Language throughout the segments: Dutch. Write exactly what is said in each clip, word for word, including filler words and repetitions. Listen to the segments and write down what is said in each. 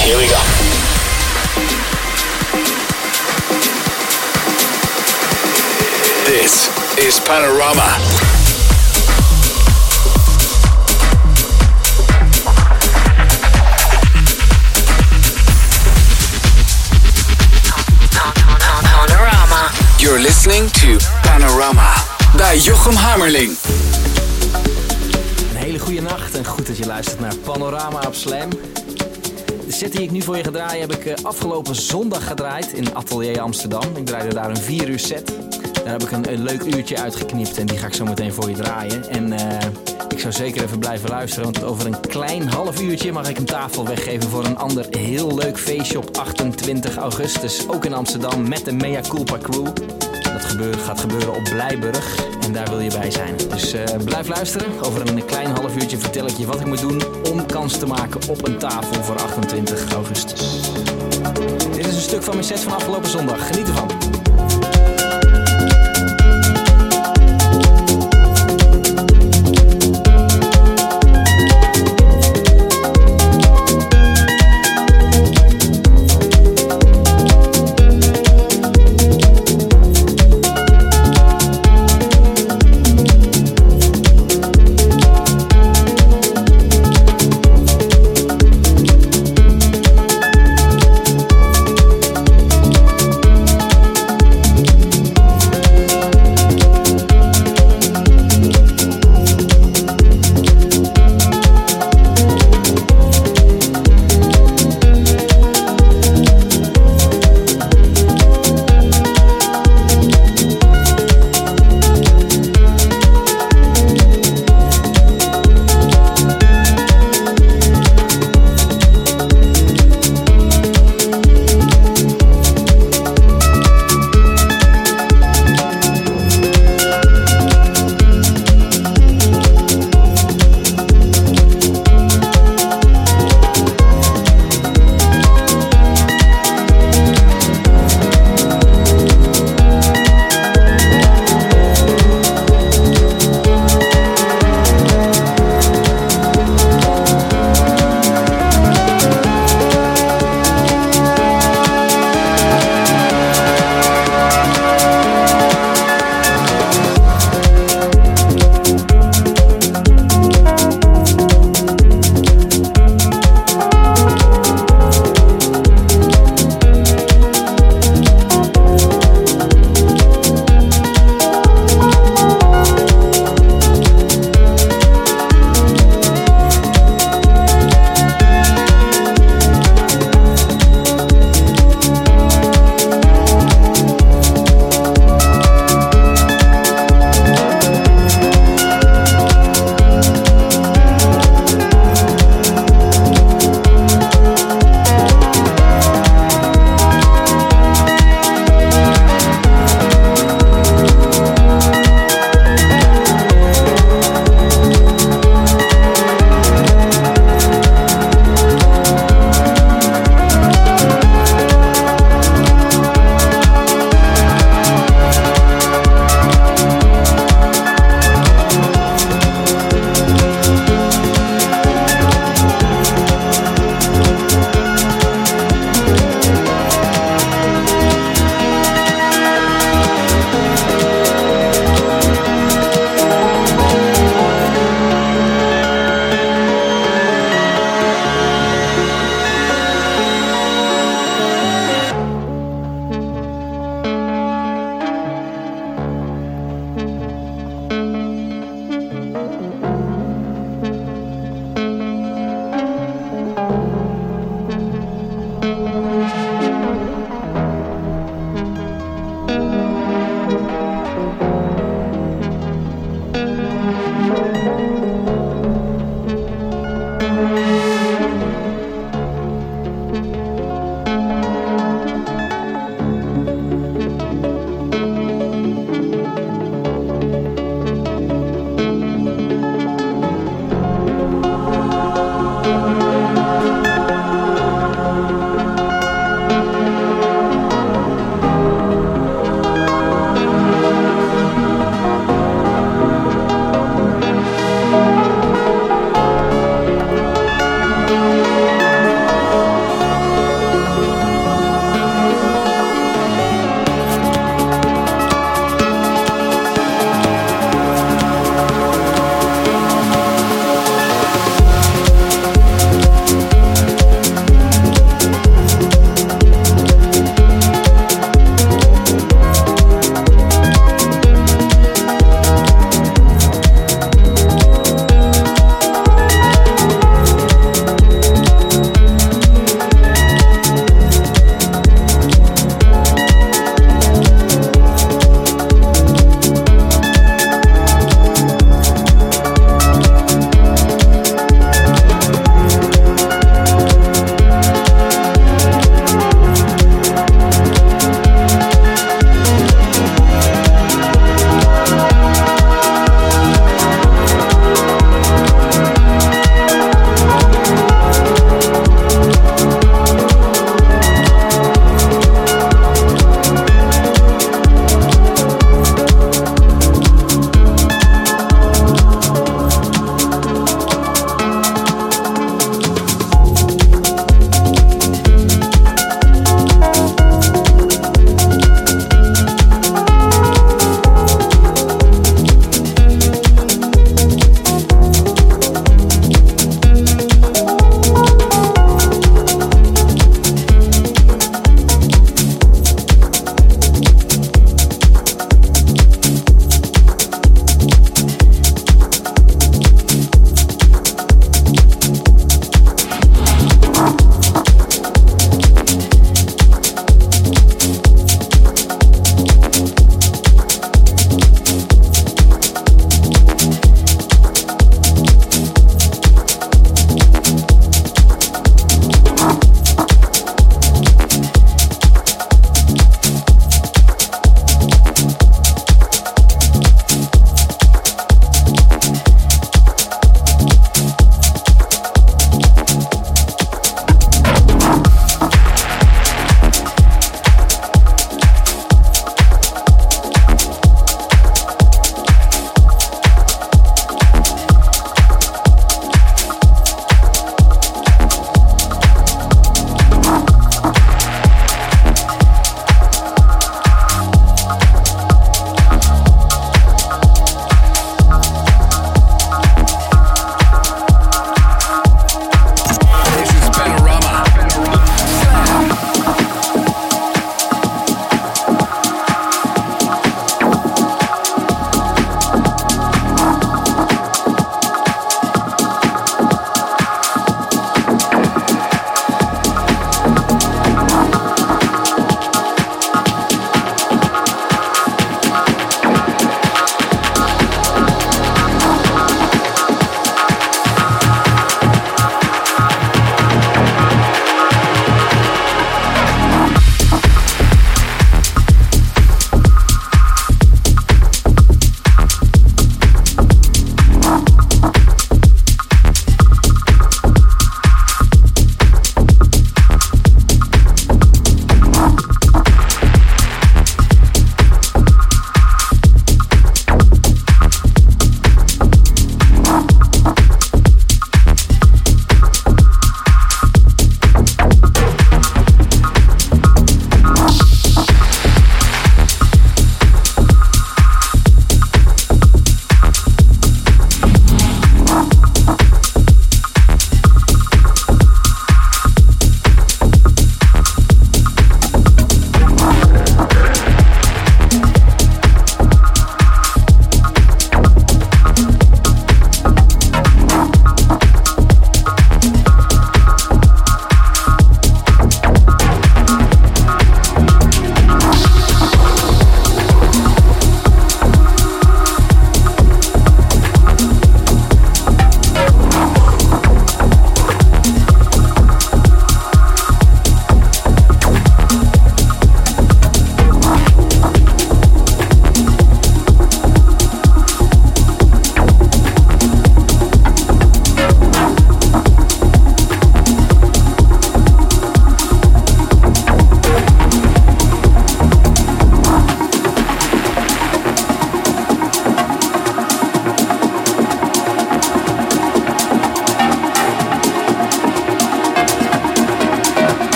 Here we go. This is Panorama. Panorama. You're listening to Panorama bij Jochem Hamerling. Een hele goede nacht en goed dat je luistert naar Panorama op Slam. De set die ik nu voor je ga draaien heb ik afgelopen zondag gedraaid in Atelier Amsterdam. Ik draaide daar een vier uur set. Daar heb ik een, een leuk uurtje uitgeknipt en die ga ik zo meteen voor je draaien. En uh, ik zou zeker even blijven luisteren, want over een klein half uurtje mag ik een tafel weggeven voor een ander heel leuk feestje op achtentwintig augustus. Ook in Amsterdam met de Mea Culpa Crew. Dat gebeur, gaat gebeuren op Blijburg en daar wil je bij zijn. Dus uh, blijf luisteren. Over een klein half uurtje vertel ik je wat ik moet doen om kans te maken op een tafel voor achtentwintig augustus. Dit is een stuk van mijn set van afgelopen zondag. Geniet ervan.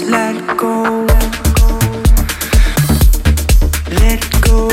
let go. Let go.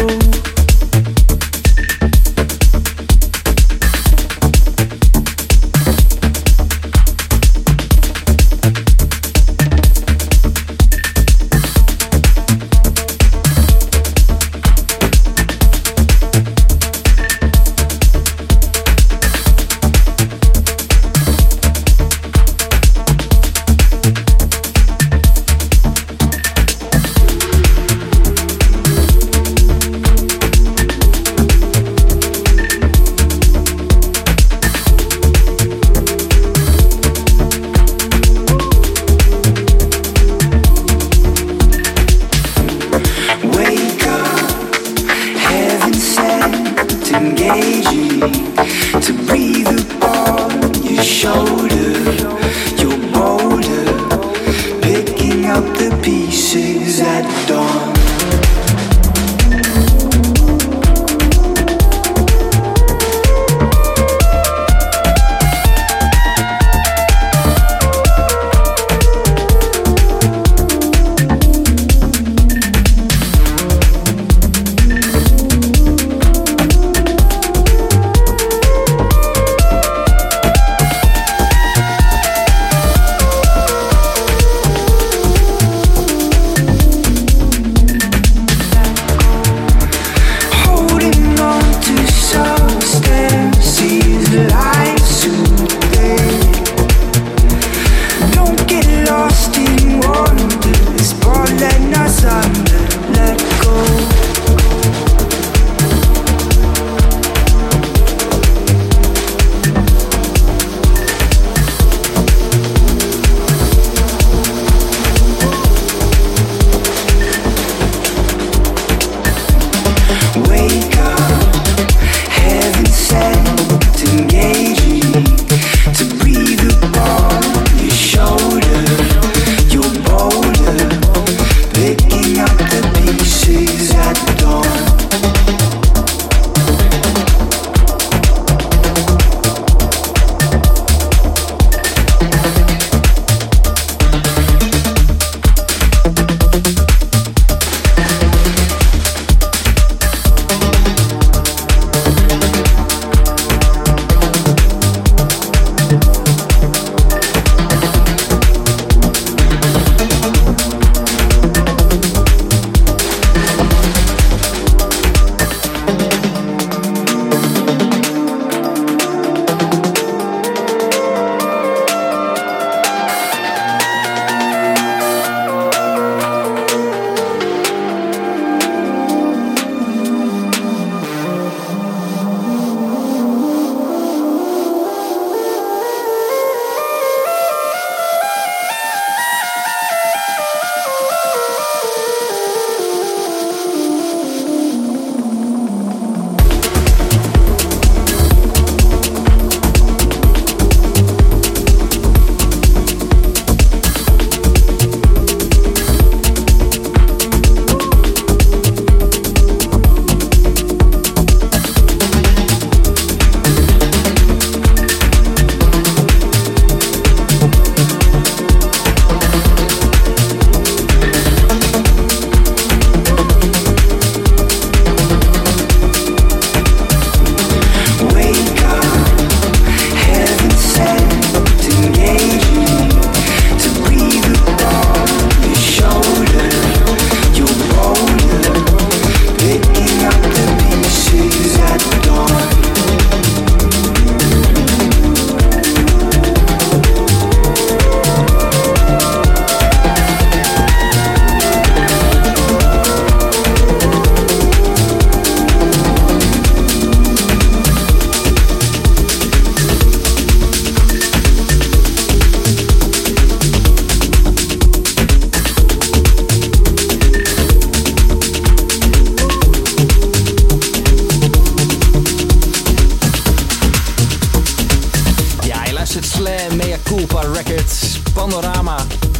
Panorama.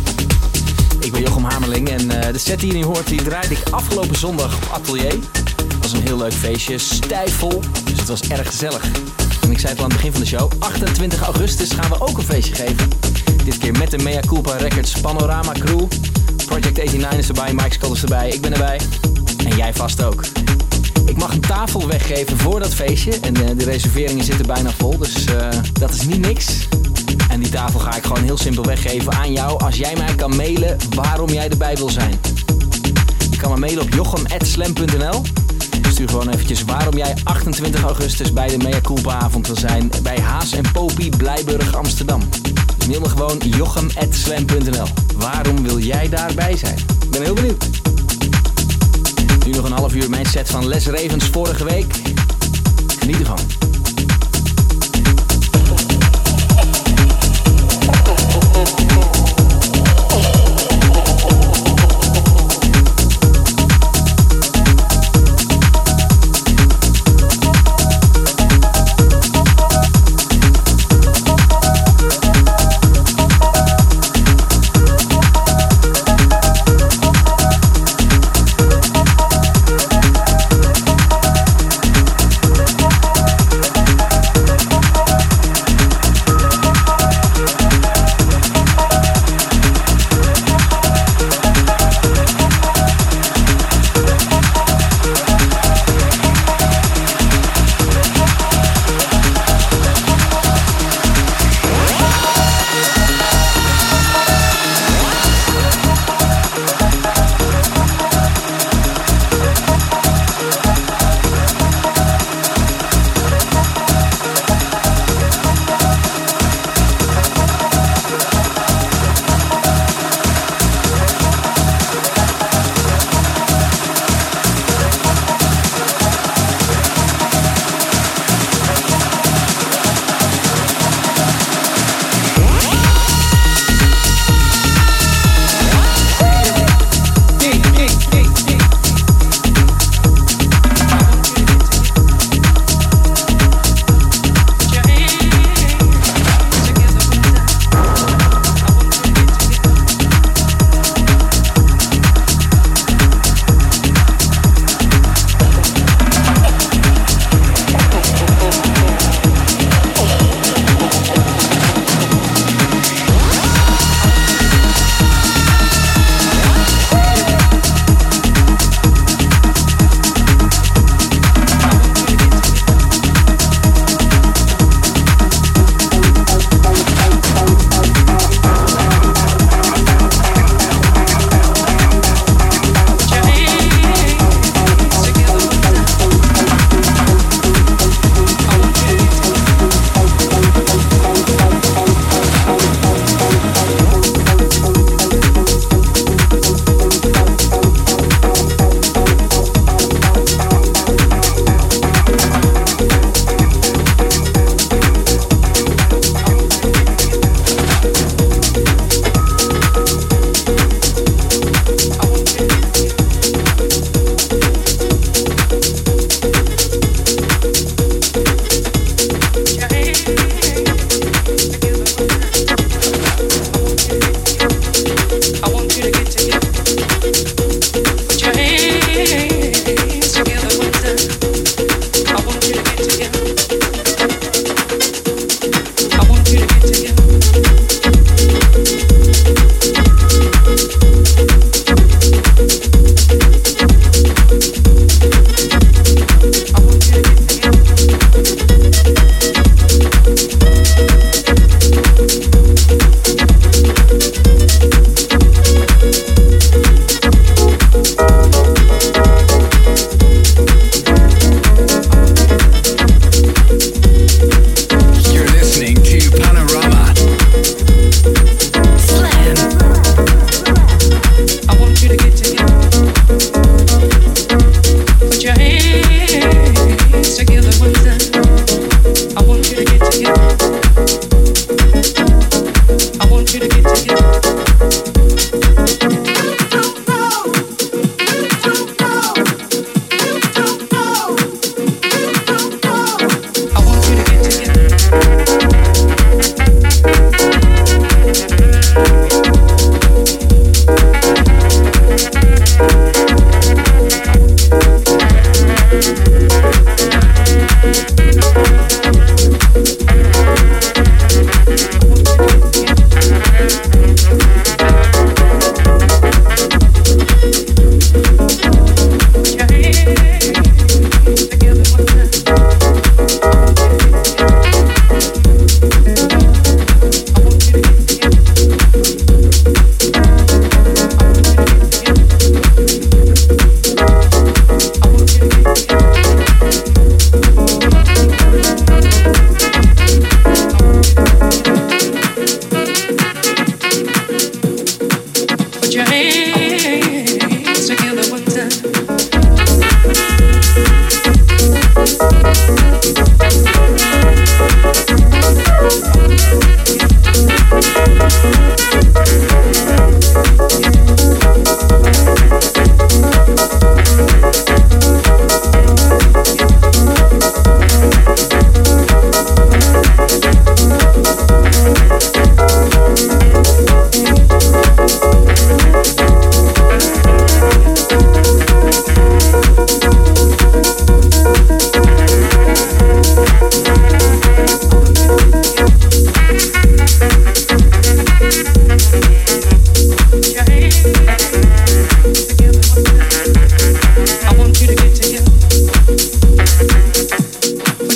Ik ben Jochem Hamerling en uh, de set die je nu hoort, die draaide ik afgelopen zondag op Atelier. Het was een heel leuk feestje, stijfvol, dus het was erg gezellig. En ik zei het al aan het begin van de show, achtentwintig augustus gaan we ook een feestje geven. Dit keer met de Mea Culpa Records Panorama Crew. Project negenennegentig is erbij, Mike Scott is erbij, ik ben erbij. En jij vast ook. Ik mag een tafel weggeven voor dat feestje. En uh, de reserveringen zitten bijna vol, dus uh, dat is niet niks. En die tafel ga ik gewoon heel simpel weggeven aan jou als jij mij kan mailen waarom jij erbij wil zijn. Je kan me mailen op jochem at slam punt n l. Stuur gewoon eventjes waarom jij achtentwintig augustus bij de Mea Culpa avond wil zijn bij Haas en Popie Blijburg Amsterdam. Dus mail me gewoon jochem at slam punt n l. Waarom wil jij daarbij zijn? Ik ben heel benieuwd. Nu nog een half uur mijn set van Les Ravens vorige week. Geniet ervan.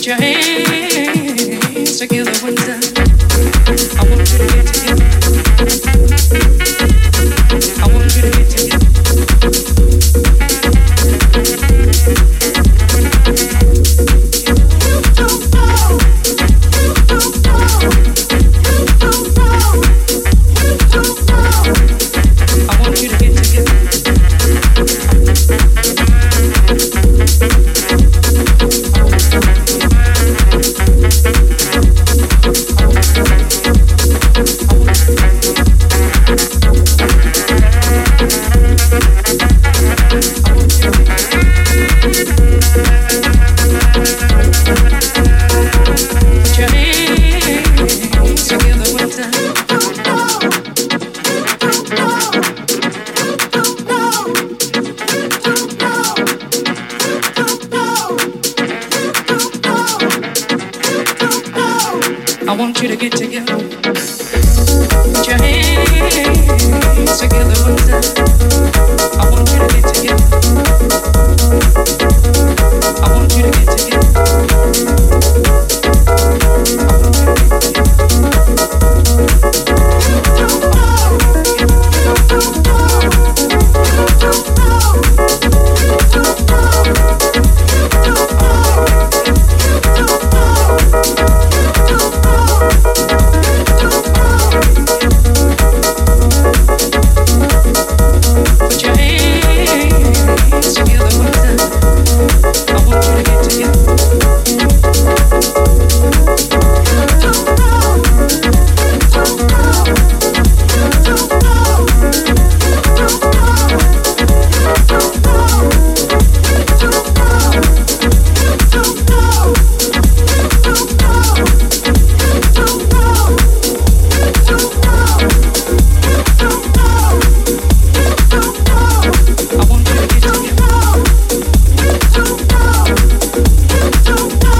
your hands together one time. I want you to get together. I want you to get together. I want you to get together. Put your hands together one time. I want you to get together. I want you to get together. Don't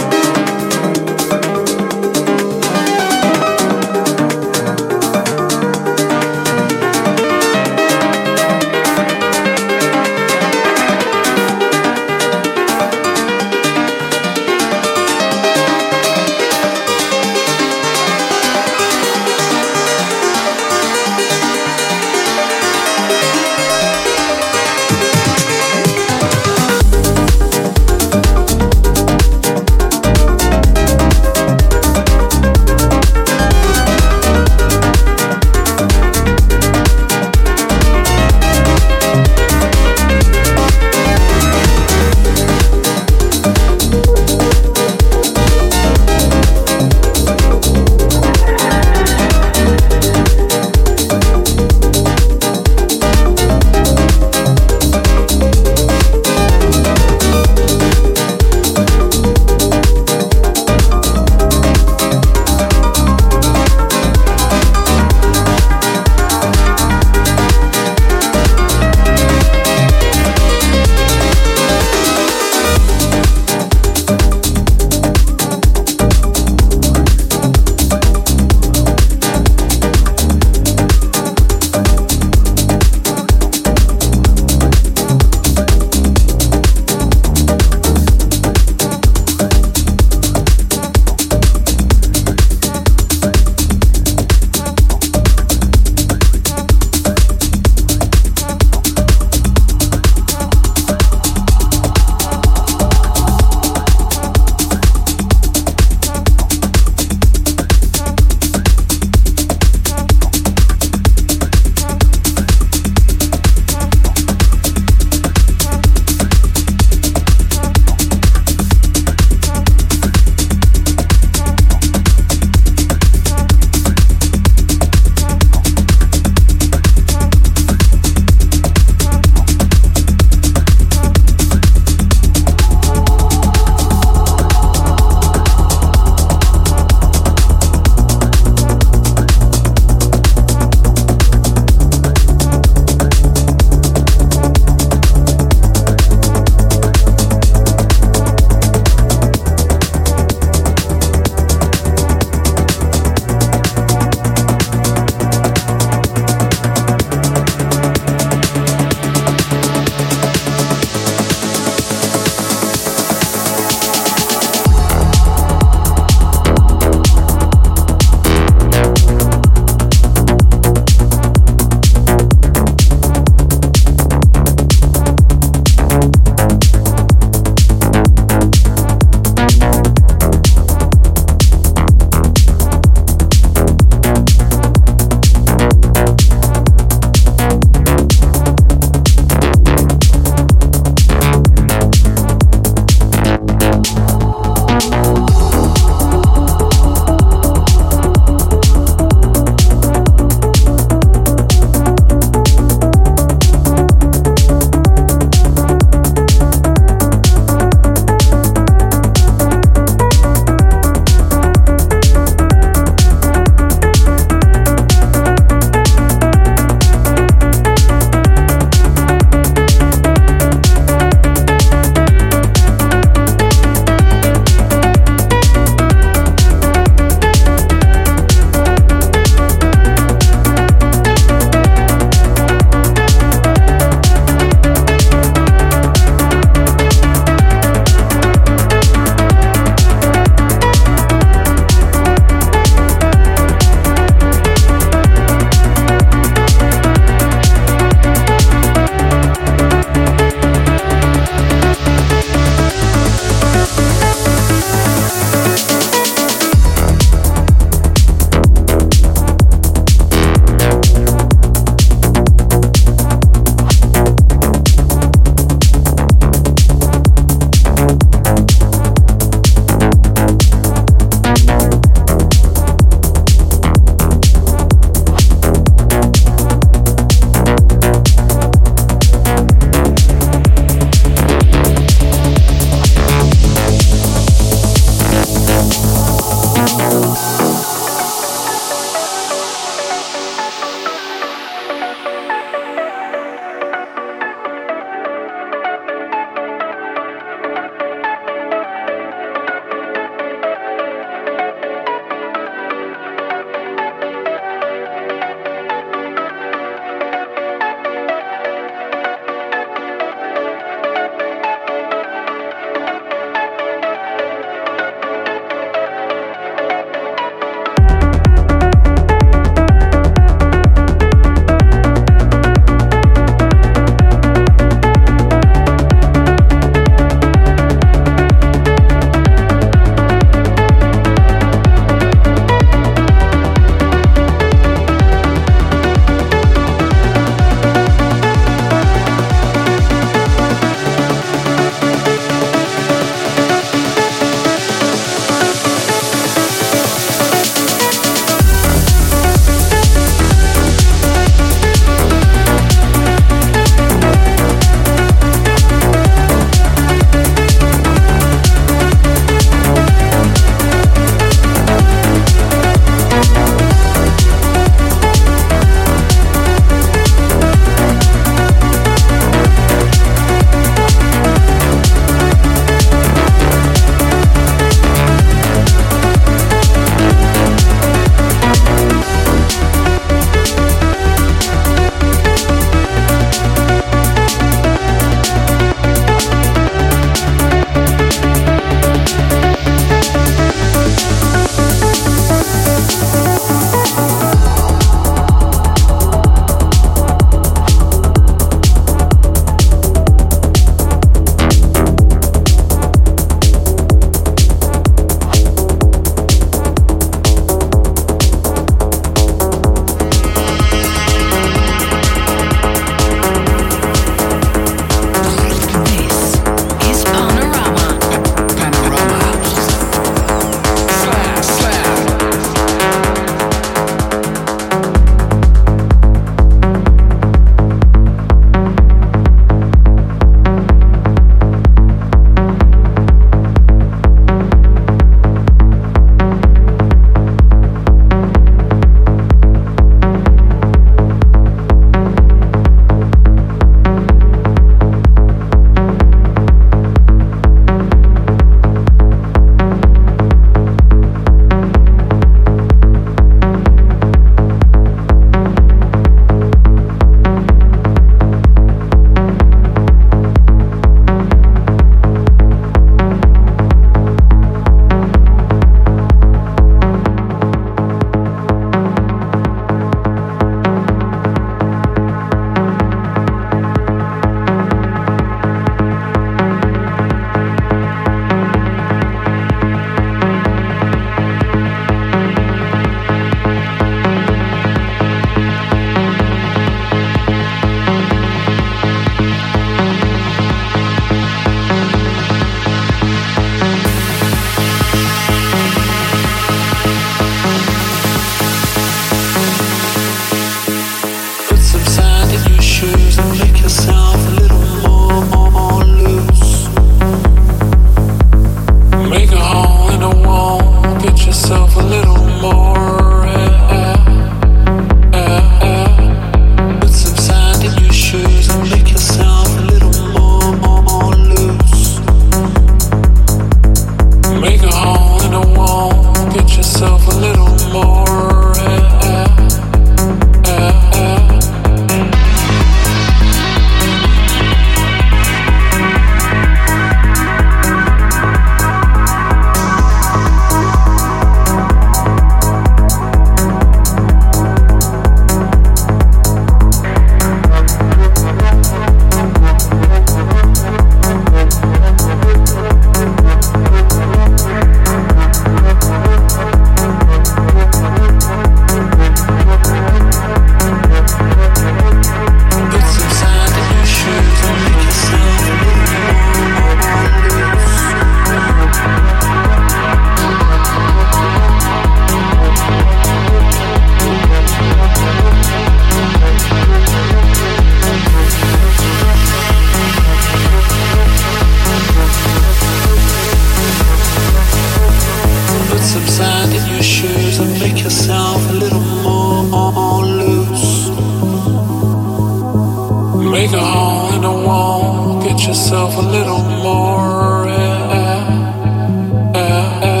a little more. Yeah, yeah, yeah.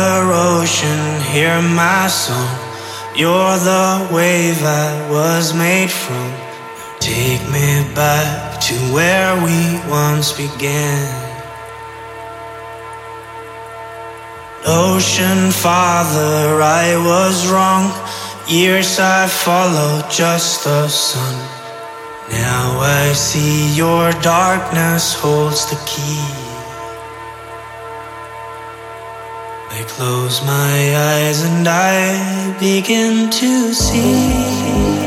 Father Ocean, hear my song. You're the wave I was made from. Take me back to where we once began. Ocean Father, I was wrong. Years I followed just the sun. Now I see your darkness holds the key. I close my eyes and I begin to see.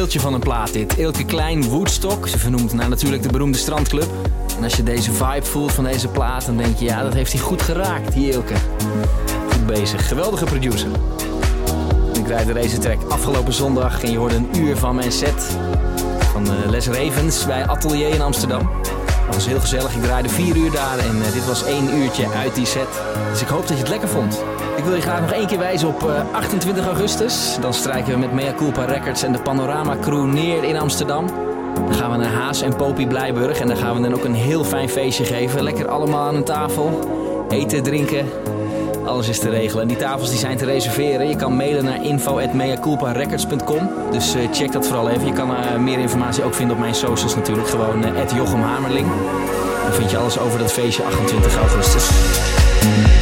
wereldje van een plaat dit. Ilke Klein, Woodstock, ze vernoemt naar natuurlijk de beroemde strandclub. En als je deze vibe voelt van deze plaat, dan denk je, ja, dat heeft hij goed geraakt, die Ilke. Goed bezig, geweldige producer. Ik draaide deze track afgelopen zondag en je hoorde een uur van mijn set van Les Ravens bij Atelier in Amsterdam. Dat was heel gezellig, ik draaide vier uur daar en uh, dit was één uurtje uit die set. Dus ik hoop dat je het lekker vond. Ik wil je graag nog één keer wijzen op uh, achtentwintig augustus. Dan strijken we met Mea Culpa Records en de Panorama Crew neer in Amsterdam. Dan gaan we naar Haas en Popie Blijburg en daar gaan we dan ook een heel fijn feestje geven. Lekker allemaal aan een tafel, eten, drinken, alles is te regelen. En die tafels die zijn te reserveren. Je kan mailen naar info at mea culpa records punt com. Dus uh, check dat vooral even. Je kan uh, meer informatie ook vinden op mijn socials natuurlijk. Gewoon uh, at Jochem Hamerling. Dan vind je alles over dat feestje achtentwintig augustus.